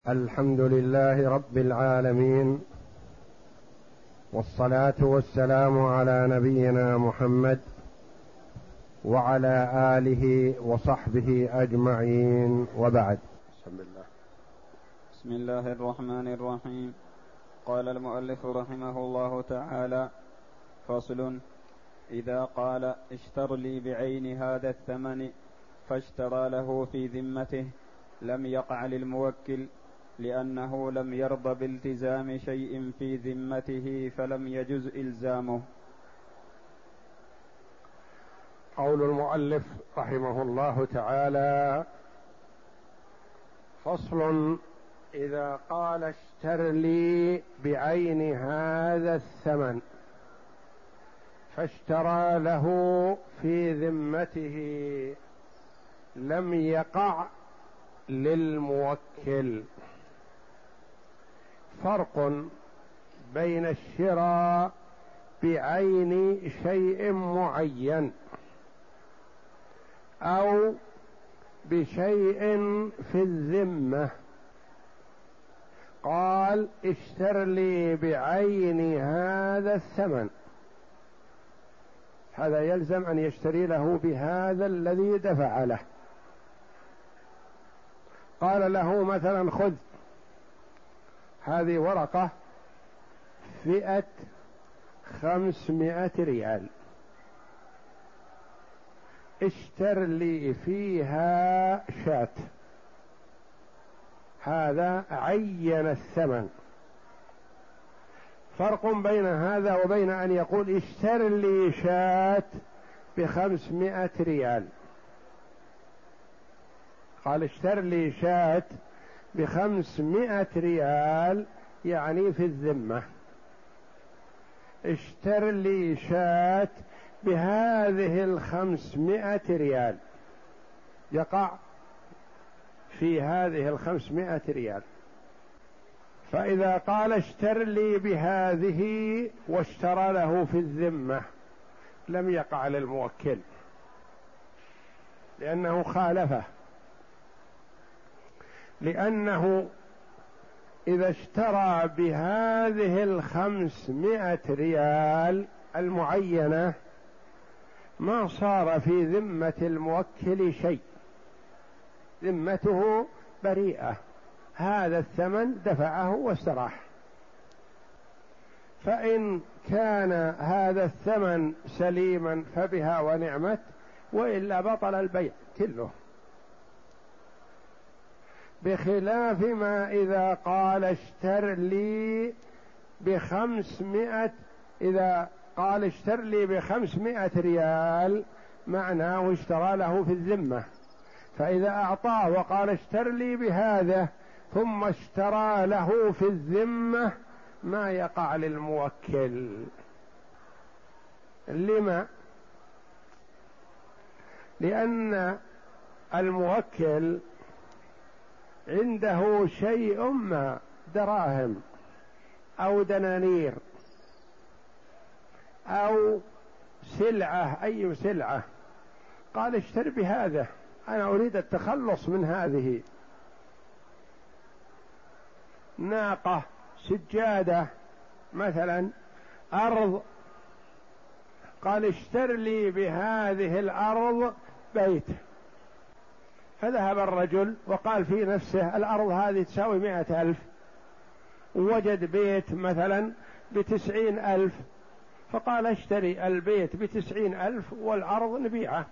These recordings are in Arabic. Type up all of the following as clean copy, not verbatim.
الحمد لله رب العالمين، والصلاة والسلام على نبينا محمد وعلى آله وصحبه أجمعين، وبعد. بسم الله الرحمن الرحيم. قال المؤلف رحمه الله تعالى: فصل: إذا قال اشتر لي بعين هذا الثمن فاشترى له في ذمته لم يقع للموكل، لأنه لم يرض بالتزام شيء في ذمته فلم يجز إلزامه. قول المؤلف رحمه الله تعالى: فصل: إذا قال اشتر لي بعين هذا الثمن فاشترى له في ذمته لم يقع للموكل. فرق بين الشراء بعين شيء معين أو بشيء في الذمة. قال: اشتر لي بعين هذا الثمن، هذا يلزم أن يشتري له بهذا الذي دفع له. قال له مثلا: خذ هذه ورقة فئة 500 ريال، اشتر لي فيها شاة. هذا عين الثمن. فرق بين هذا وبين أن يقول اشتر لي شاة ب500 ريال. قال اشتر لي شاة ب500 ريال، يعني في الذمة. اشتر لي شاة بهذه 500 ريال، يقع في هذه 500 ريال. فإذا قال اشتر لي بهذه واشترى له في الذمة لم يقع للموكل، لأنه خالفه. لأنه إذا اشترى بهذه 500 ريال المعينة ما صار في ذمة الموكل شيء، ذمته بريئة، هذا الثمن دفعه واستراح. فإن كان هذا الثمن سليما فبها ونعمت، وإلا بطل البيع كله. بخلاف ما إذا قال اشتر لي ب500، إذا قال اشتر لي ب500 ريال معناه اشترى له في الذمة. فإذا أعطاه وقال اشتر لي بهذا ثم اشترى له في الذمة ما يقع للموكل. لما؟ لأن الموكل عنده شيء ما، دراهم أو دنانير أو سلعة، أي سلعة، قال اشتر بهذا، أنا أريد التخلص من هذه ناقة، سجادة مثلا، أرض، قال اشتر لي بهذه الأرض بيت. فذهب الرجل وقال في نفسه الأرض هذه تساوي 100,000، ووجد بيت مثلا ب90,000، فقال اشتري البيت ب90,000 والأرض نبيعه.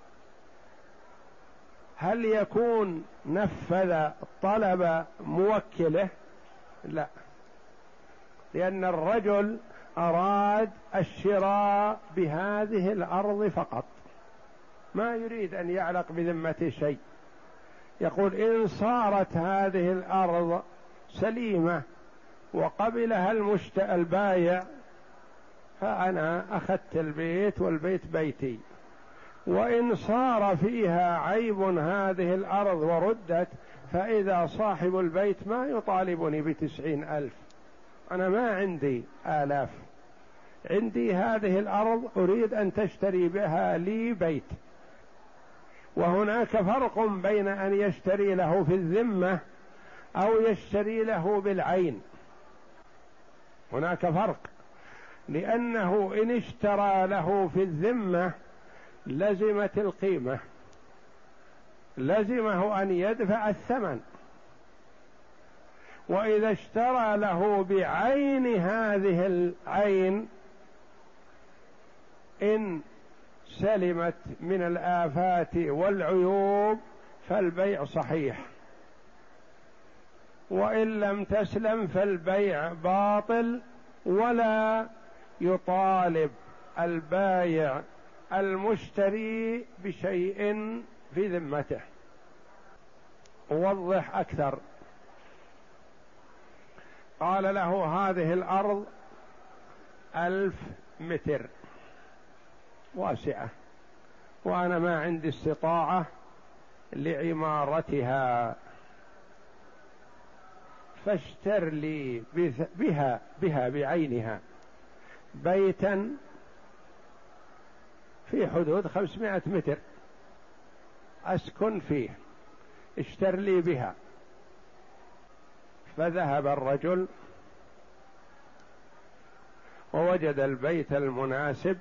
هل يكون نفذ طلب موكله؟ لا، لأن الرجل أراد الشراء بهذه الأرض فقط، ما يريد أن يعلق بذمة شيء. يقول إن صارت هذه الأرض سليمة وقبلها البايع فأنا أخذت البيت والبيت بيتي، وإن صار فيها عيب هذه الأرض وردت فإذا صاحب البيت ما يطالبني ب90,000، أنا ما عندي آلاف، عندي هذه الأرض أريد أن تشتري بها لي بيت. وهناك فرق بين أن يشتري له في الذمة أو يشتري له بالعين. هناك فرق، لأنه إن اشترى له في الذمة لزمت القيمة، لزمه أن يدفع الثمن. وإذا اشترى له بعين هذه العين إن سلمت من الآفات والعيوب فالبيع صحيح، وإن لم تسلم فالبيع باطل، ولا يطالب البايع المشتري بشيء في ذمته. وضح أكثر. قال له هذه الأرض 1000 متر واسعة، وأنا ما عندي استطاعة لعمارتها، فاشتر لي بها بعينها بيتا في حدود 500 متر أسكن فيه، اشتر لي بها. فذهب الرجل ووجد البيت المناسب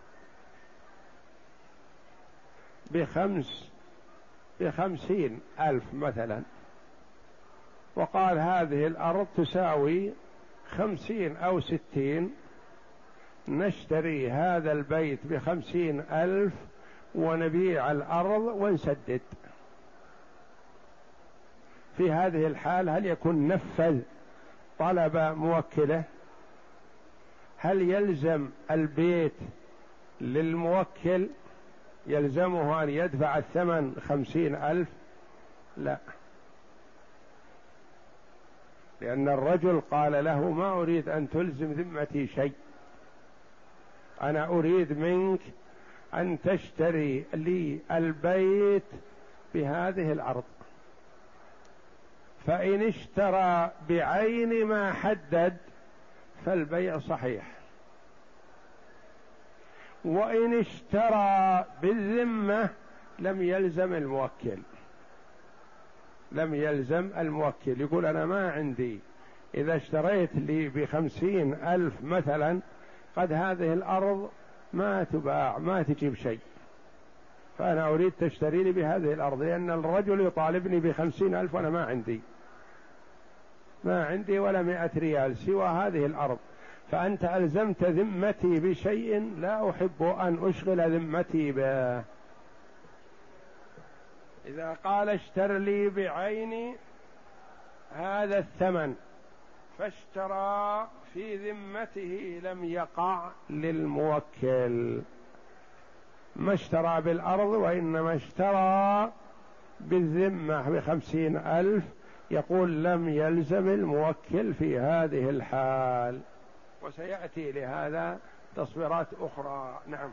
ب50,000 مثلا، وقال هذه الأرض تساوي 50 أو 60، نشتري هذا البيت ب50,000 ونبيع الأرض ونسدد. في هذه الحال هل يكون نفذ طلب موكله؟ هل يلزم البيت للموكل، يلزمه أن يدفع الثمن 50,000؟ لا، لأن الرجل قال له ما أريد أن تلزم ذمتي شيء، أنا أريد منك أن تشتري لي البيت بهذه الأرض. فإن اشترى بعين ما حدد فالبيع صحيح، وإن اشترى بالذمة لم يلزم الموكل، لم يلزم الموكل. يقول أنا ما عندي، إذا اشتريت لي ب50,000 مثلا قد هذه الأرض ما تباع، ما تجيب شيء، فأنا أريد تشتري لي بهذه الأرض، لأن الرجل يطالبني ب50,000 وأنا ما عندي ولا 100 ريال سوى هذه الأرض، فأنت ألزمت ذمتي بشيء لا أحب أن أشغل ذمتي به. إذا قال اشتر لي بعين هذا الثمن فاشترى في ذمته لم يقع للموكل، ما اشترى بالأرض وإنما اشترى بالذمة ب50,000، يقول لم يلزم الموكل في هذه الحال. وسيأتي لهذا تصويرات أخرى. نعم.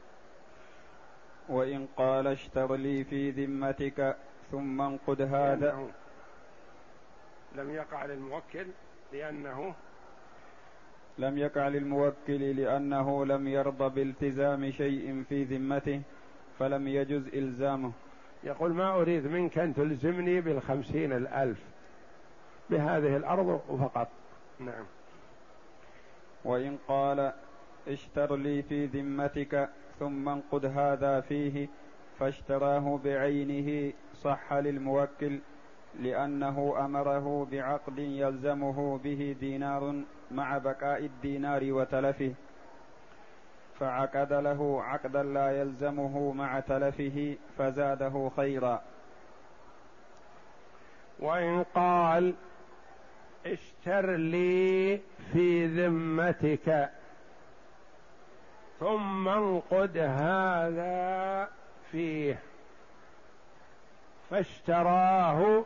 وإن قال اشتر لي في ذمتك ثم انقد هذا، لم يقع للموكل لأنه لم يرضى بالتزام شيء في ذمته فلم يجز إلزامه. يقول ما أريد منك أن تلزمني ب50,000 بهذه الأرض فقط. نعم. وإن قال اشتر لي في ذمتك ثم انقد هذا فيه فاشتراه بعينه صح للموكل، لأنه أمره بعقد يلزمه به دينار مع بقاء الدينار وتلفه، فعقد له عقدا لا يلزمه مع تلفه فزاده خيرا. وإن قال اشتر لي في ذمتك ثم انقد هذا فيه، فاشتراه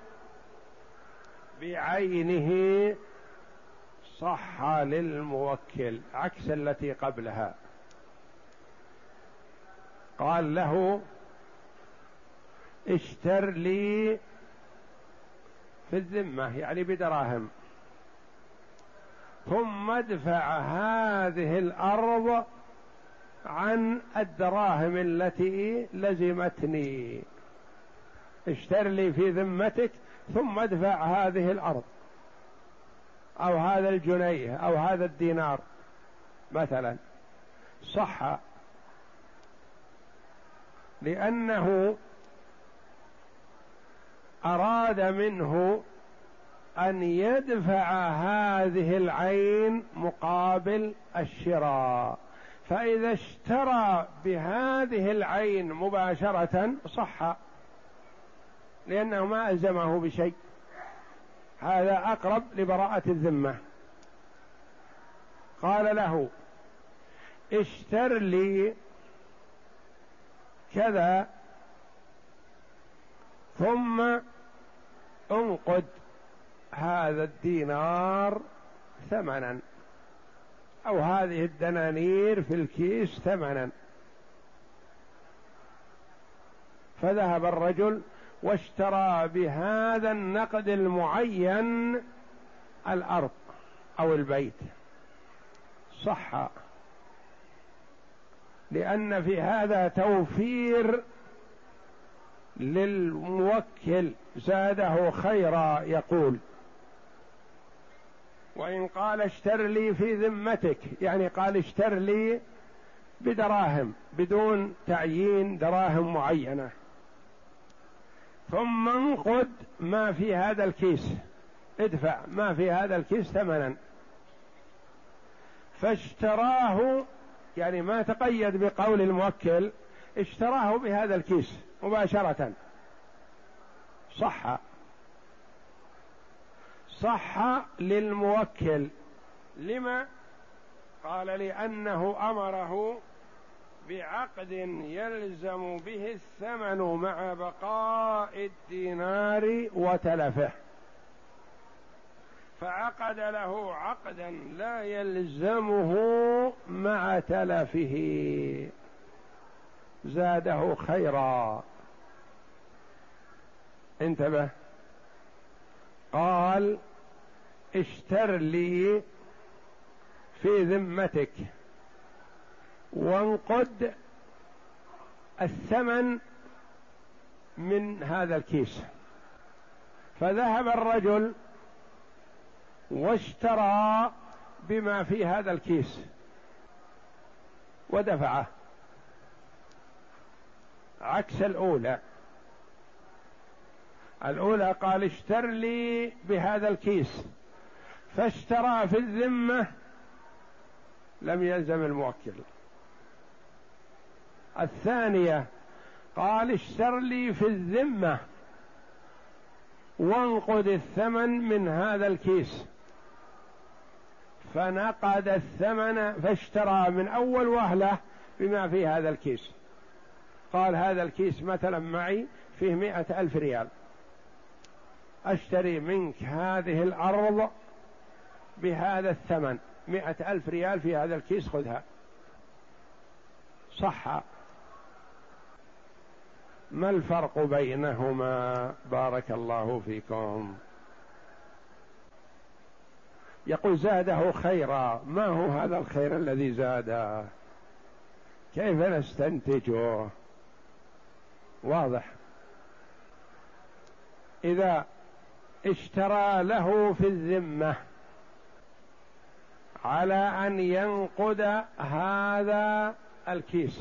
بعينه صح للموكل، عكس التي قبلها. قال له اشتر لي في الذمة يعني بدراهم، ثم ادفع هذه الأرض عن الدراهم التي لزمتني. اشتر لي في ذمتك ثم ادفع هذه الأرض أو هذا الجنيه أو هذا الدينار مثلا، صح، لأنه أراد منه أن يدفع هذه العين مقابل الشراء، فإذا اشترى بهذه العين مباشرة صح، لأنه ما ألزمه بشيء، هذا أقرب لبراءة الذمة. قال له اشتر لي كذا ثم انقد هذا الدينار ثمنا أو هذه الدنانير في الكيس ثمنا. فذهب الرجل واشترى بهذا النقد المعين الأرض أو البيت، صح، لأن في هذا توفير للموكل زاده خيرا. يقول وإن قال اشتر لي في ذمتك، يعني قال اشتر لي بدراهم بدون تعيين دراهم معينة، ثم انقد ما في هذا الكيس، ادفع ما في هذا الكيس ثمنا. فاشتراه، يعني ما تقيد بقول الموكل، اشتراه بهذا الكيس مباشرة، صح للموكل. لما؟ قال لأنه أمره بعقد يلزم به الثمن مع بقاء الدينار وتلفه، فعقد له عقدا لا يلزمه مع تلفه، زاده خيرا. انتبه، قال اشتر لي في ذمتك وانقد الثمن من هذا الكيس. فذهب الرجل واشترى بما في هذا الكيس ودفعه، عكس الأولى. الأولى قال اشتر لي بهذا الكيس، فاشترى في الذمة، لم يلزم الموكل. الثانية قال اشتر لي في الذمة وانقد الثمن من هذا الكيس، فنقد الثمن فاشترى من أول وهلة بما في هذا الكيس. قال هذا الكيس مثلا معي فيه 100,000 ريال، أشتري منك هذه الأرض بهذا الثمن، 100,000 ريال في هذا الكيس، خذها، صح. ما الفرق بينهما؟ بارك الله فيكم. يقول زاده خيرا. ما هو هذا الخير الذي زاده؟ كيف نستنتجه؟ واضح، إذا اشترى له في الذمة على أن ينقد هذا الكيس،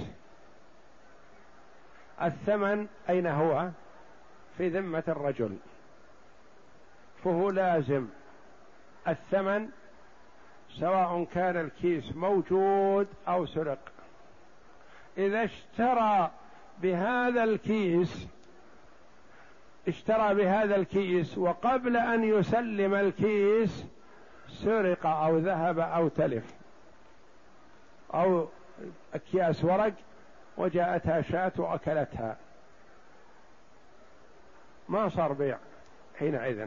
الثمن أين هو؟ في ذمة الرجل، فهو لازم الثمن سواء كان الكيس موجود أو سرق. إذا اشترى بهذا الكيس وقبل أن يسلم الكيس سرق أو ذهب أو تلف أو أكياس ورق وجاءتها شاة وأكلتها، ما صار بيع حينئذ،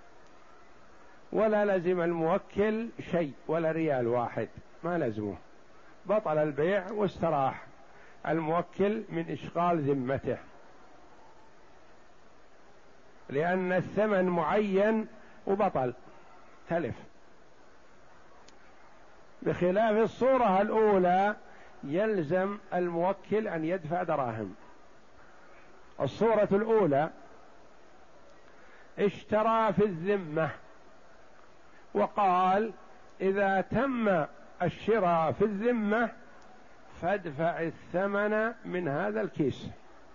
ولا لزم الموكل شيء ولا ريال واحد، ما لزمه، بطل البيع واستراح الموكل من إشغال ذمته، لأن الثمن معين وبطل تلف. بخلاف الصورة الأولى يلزم الموكل أن يدفع دراهم. الصورة الأولى اشترى في الذمة وقال إذا تم الشراء في الذمة فادفع الثمن من هذا الكيس،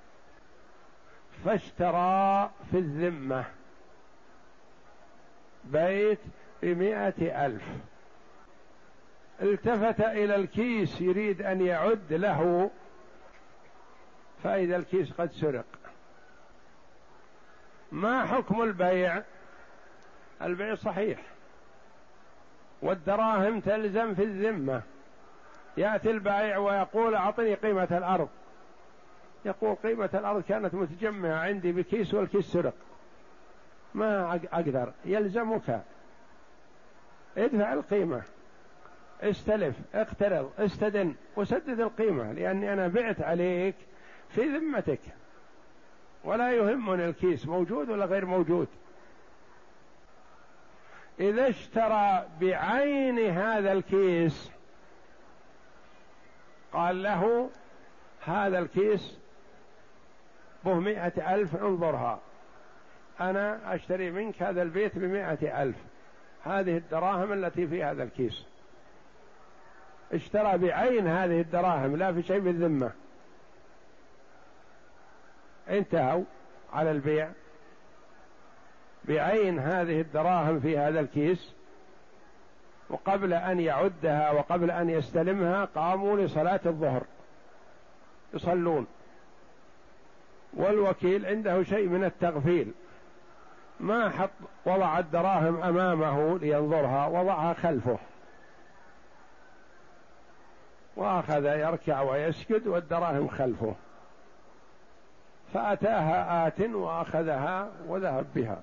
فاشترى في الذمة بيت ب100,000، التفت إلى الكيس يريد أن يعد له، فإذا الكيس قد سرق، ما حكم البيع؟ البيع صحيح والدراهم تلزم في الذمة. يأتي البائع ويقول أعطني قيمة الأرض، يقول قيمة الأرض كانت متجمعة عندي بكيس والكيس سرق، ما أقدر، يلزمك ادفع القيمة، استلف، اقترض، استدن وسدد القيمة، لأني أنا بعت عليك في ذمتك ولا يهمني الكيس موجود ولا غير موجود. إذا اشترى بعين هذا الكيس قال له هذا الكيس به 100,000 انظرها، أنا أشتري منك هذا البيت ب100,000، هذه الدراهم التي في هذا الكيس. اشترى بعين هذه الدراهم لا في شيء بالذمة، انتهوا على البيع بعين هذه الدراهم في هذا الكيس، وقبل أن يعدها وقبل أن يستلمها قاموا لصلاة الظهر يصلون، والوكيل عنده شيء من التغفيل، ما وضع الدراهم أمامه لينظرها، وضعها خلفه وأخذ يركع ويسجد والدراهم خلفه، فأتاها آت وأخذها وذهب بها.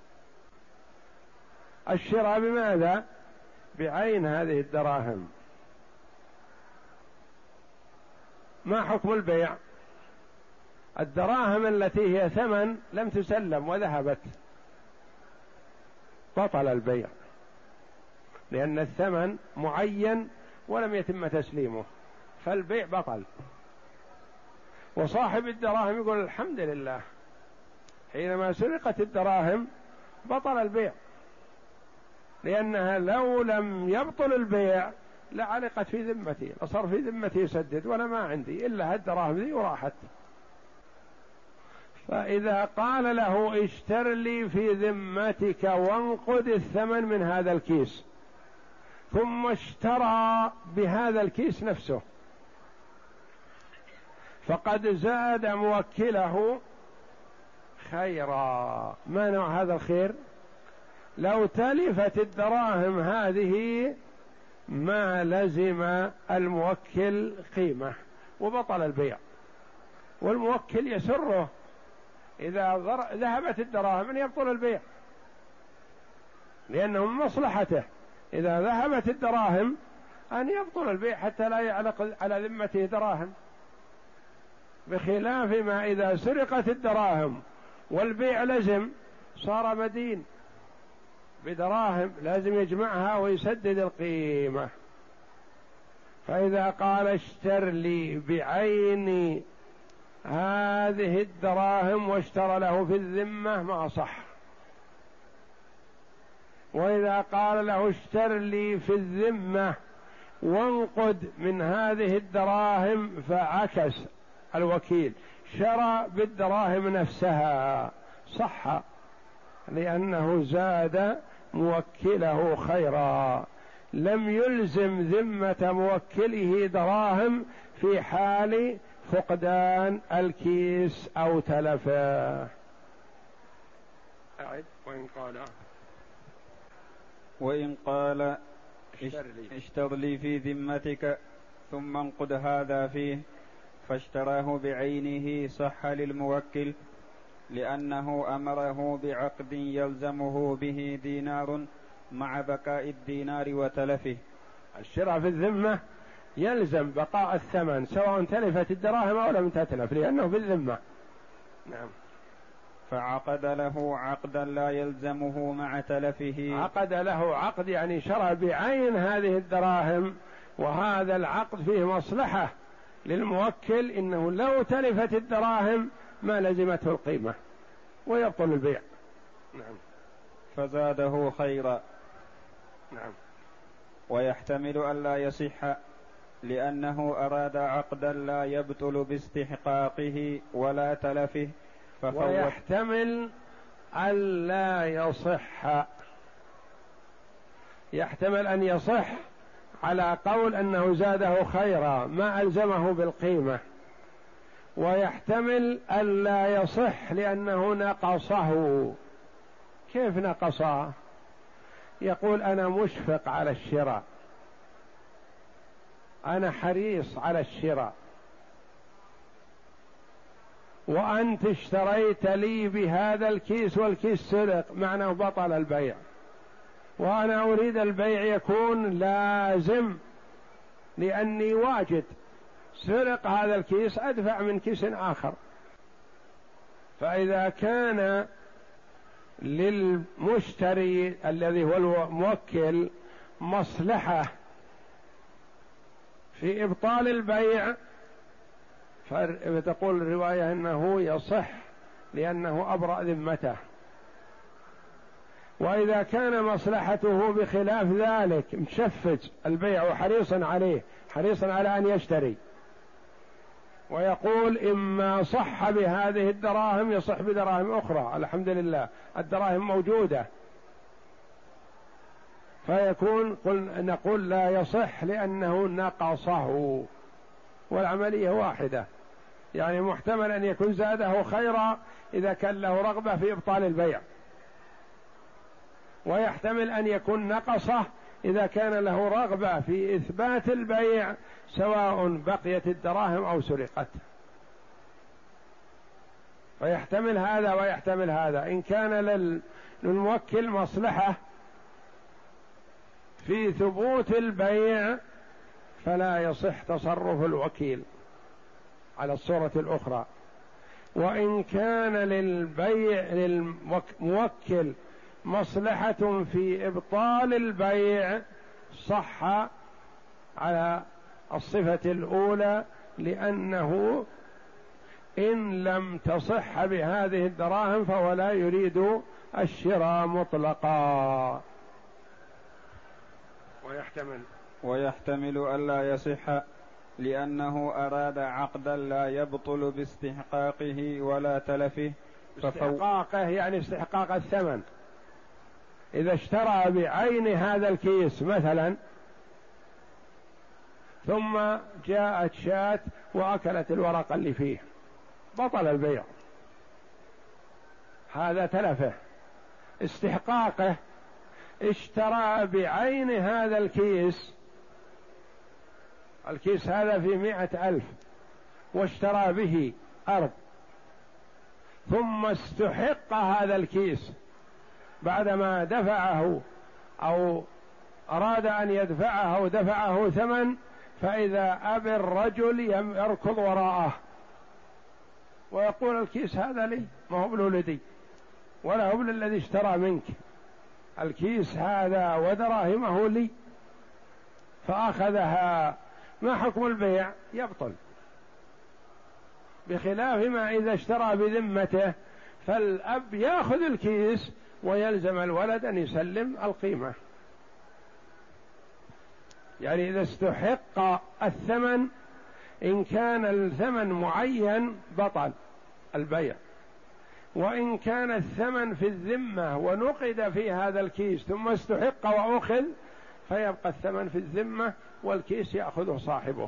الشراء بماذا؟ بعين هذه الدراهم. ما حكم البيع؟ الدراهم التي هي ثمن لم تسلم وذهبت، بطل البيع، لأن الثمن معين ولم يتم تسليمه، فالبيع بطل. وصاحب الدراهم يقول الحمد لله، حينما سرقت الدراهم بطل البيع، لأنها لو لم يبطل البيع لعلقت في ذمتي، أصر في ذمتي يسدد وأنا ما عندي إلا هالدراهم ذي وراحت. فإذا قال له اشتر لي في ذمتك وانقد الثمن من هذا الكيس، ثم اشترى بهذا الكيس نفسه، فقد زاد موكله خيرا. ما نوع هذا الخير؟ لو تلفت الدراهم هذه ما لزم الموكل قيمة وبطل البيع، والموكل يسره إذا ذهبت الدراهم أن يبطل البيع، لأنه من مصلحته إذا ذهبت الدراهم أن يبطل البيع حتى لا يعلق على ذمته دراهم، بخلاف ما إذا سرقت الدراهم والبيع لزم صار مدين بدراهم لازم يجمعها ويسدد القيمة. فإذا قال اشتر لي بعين هذه الدراهم واشترى له في الذمة ما صح. وإذا قال له اشتر لي في الذمة وانقد من هذه الدراهم فعكس الوكيل، شرى بالدراهم نفسها، صح، لأنه زاد موكله خيرا، لم يلزم ذمة موكله دراهم في حال فقدان الكيس أو تلفه. وإن قال اشتر لي في ذمتك ثم انقد هذا فيه فاشتراه بعينه صح للموكل، لأنه أمره بعقد يلزمه به دينار مع بقاء الدينار وتلفه. الشراء في الذمة يلزم بقاء الثمن سواء تلفت الدراهم أو لم تتلف، لأنه في الذمة. نعم. فعقد له عقدا لا يلزمه مع تلفه. عقد له عقد يعني شرى بعين هذه الدراهم، وهذا العقد فيه مصلحة للموكل، إنه لو تلفت الدراهم ما لزمته القيمة ويبطل البيع، نعم. فزاده خيرا. نعم. ويحتمل ألا يصح لأنه أراد عقدا لا يبطل باستحقاقه ولا تلفه ويحتمل ألا يصح، يحتمل أن يصح على قول أنه زاده خيرا ما ألزمه بالقيمة، ويحتمل ألا يصح لأنه نقصه. كيف نقصه؟ يقول أنا مشفق على الشراء، أنا حريص على الشراء، وأنت اشتريت لي بهذا الكيس والكيس سرق، معناه بطل البيع، وأنا أريد البيع يكون لازم لأني واجد، سرق هذا الكيس أدفع من كيس آخر. فإذا كان للمشتري الذي هو الموكل مصلحة في إبطال البيع فتقول الرواية أنه يصح لأنه أبرأ ذمته. وإذا كان مصلحته بخلاف ذلك مشفج البيع وحريصا عليه، حريصا على أن يشتري، ويقول إما صح بهذه الدراهم يصح بدراهم أخرى، الحمد لله الدراهم موجودة، فيكون نقول لا يصح لأنه نقصه، والعملية واحدة. يعني محتمل أن يكون زاده خيرا إذا كان له رغبة في إبطال البيع، ويحتمل أن يكون نقصه إذا كان له رغبة في إثبات البيع سواء بقيت الدراهم أو سرقت. فيحتمل هذا ويحتمل هذا. إن كان للموكل مصلحة في ثبوت البيع فلا يصح تصرف الوكيل على الصورة الأخرى. وإن كان للموكل مصلحة في إبطال البيع صح على الصفة الأولى، لأنه إن لم تصح بهذه الدراهم فهو لا يريد الشراء مطلقا. ويحتمل ألا يصح لأنه أراد عقدا لا يبطل باستحقاقه ولا تلفه. استحقاقه يعني استحقاق الثمن. إذا اشترى بعين هذا الكيس مثلا ثم جاءت شاة وأكلت الورق اللي فيه، بطل البيع، هذا تلفه. استحقاقه اشترى بعين هذا الكيس، الكيس هذا في 100,000 واشترى به أرض، ثم استحق هذا الكيس بعدما دفعه أو أراد أن يدفعه أو دفعه ثمن، فإذا أبى الرجل يركض وراءه ويقول الكيس هذا لي، ما هو لولدي ولا هو الذي اشترى منك، الكيس هذا ودراهمه لي، فأخذها. ما حكم البيع؟ يبطل، بخلاف ما إذا اشترى بذمته، فالأب يأخذ الكيس ويلزم الولد أن يسلم القيمة. يعني إذا استحق الثمن، إن كان الثمن معين بطل البيع، وإن كان الثمن في الذمة ونقد في هذا الكيس ثم استحق وأخذ فيبقى الثمن في الذمة والكيس يأخذه صاحبه،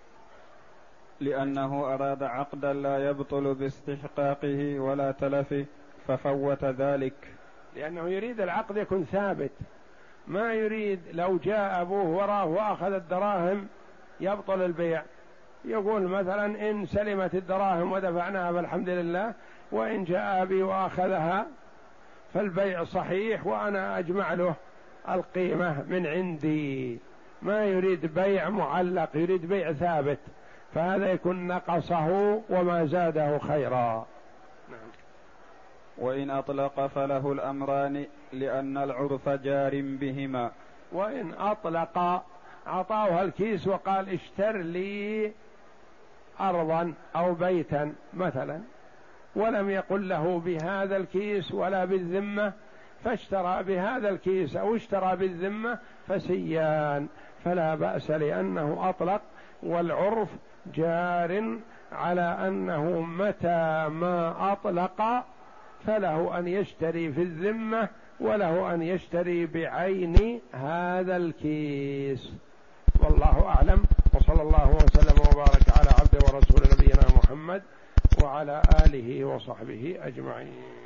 لأنه أراد عقدا لا يبطل باستحقاقه ولا تلفه ففوت ذلك، لأنه يريد العقد يكون ثابت، ما يريد لو جاء أبوه وراه وأخذ الدراهم يبطل البيع. يقول مثلا إن سلمت الدراهم ودفعناها فالحمد لله، وإن جاء أبي وأخذها فالبيع صحيح وأنا أجمع له القيمة من عندي. ما يريد بيع معلق، يريد بيع ثابت، فهذا يكون نقصه وما زاده خيرا. نعم. وإن أطلق فله الأمران لأن العرف جار بهما. وإن أطلق أعطاه الكيس وقال اشتر لي أرضا أو بيتا مثلا، ولم يقل له بهذا الكيس ولا بالذمة، فاشترى بهذا الكيس أو اشترى بالذمة فسيان، فلا بأس لأنه أطلق، والعرف جار على أنه متى ما أطلق فله أن يشتري في الذمة وله أن يشتري بعين هذا الكيس. والله أعلم، وصلى الله وسلم وبارك على عبده ورسول نبينا محمد وعلى آله وصحبه أجمعين.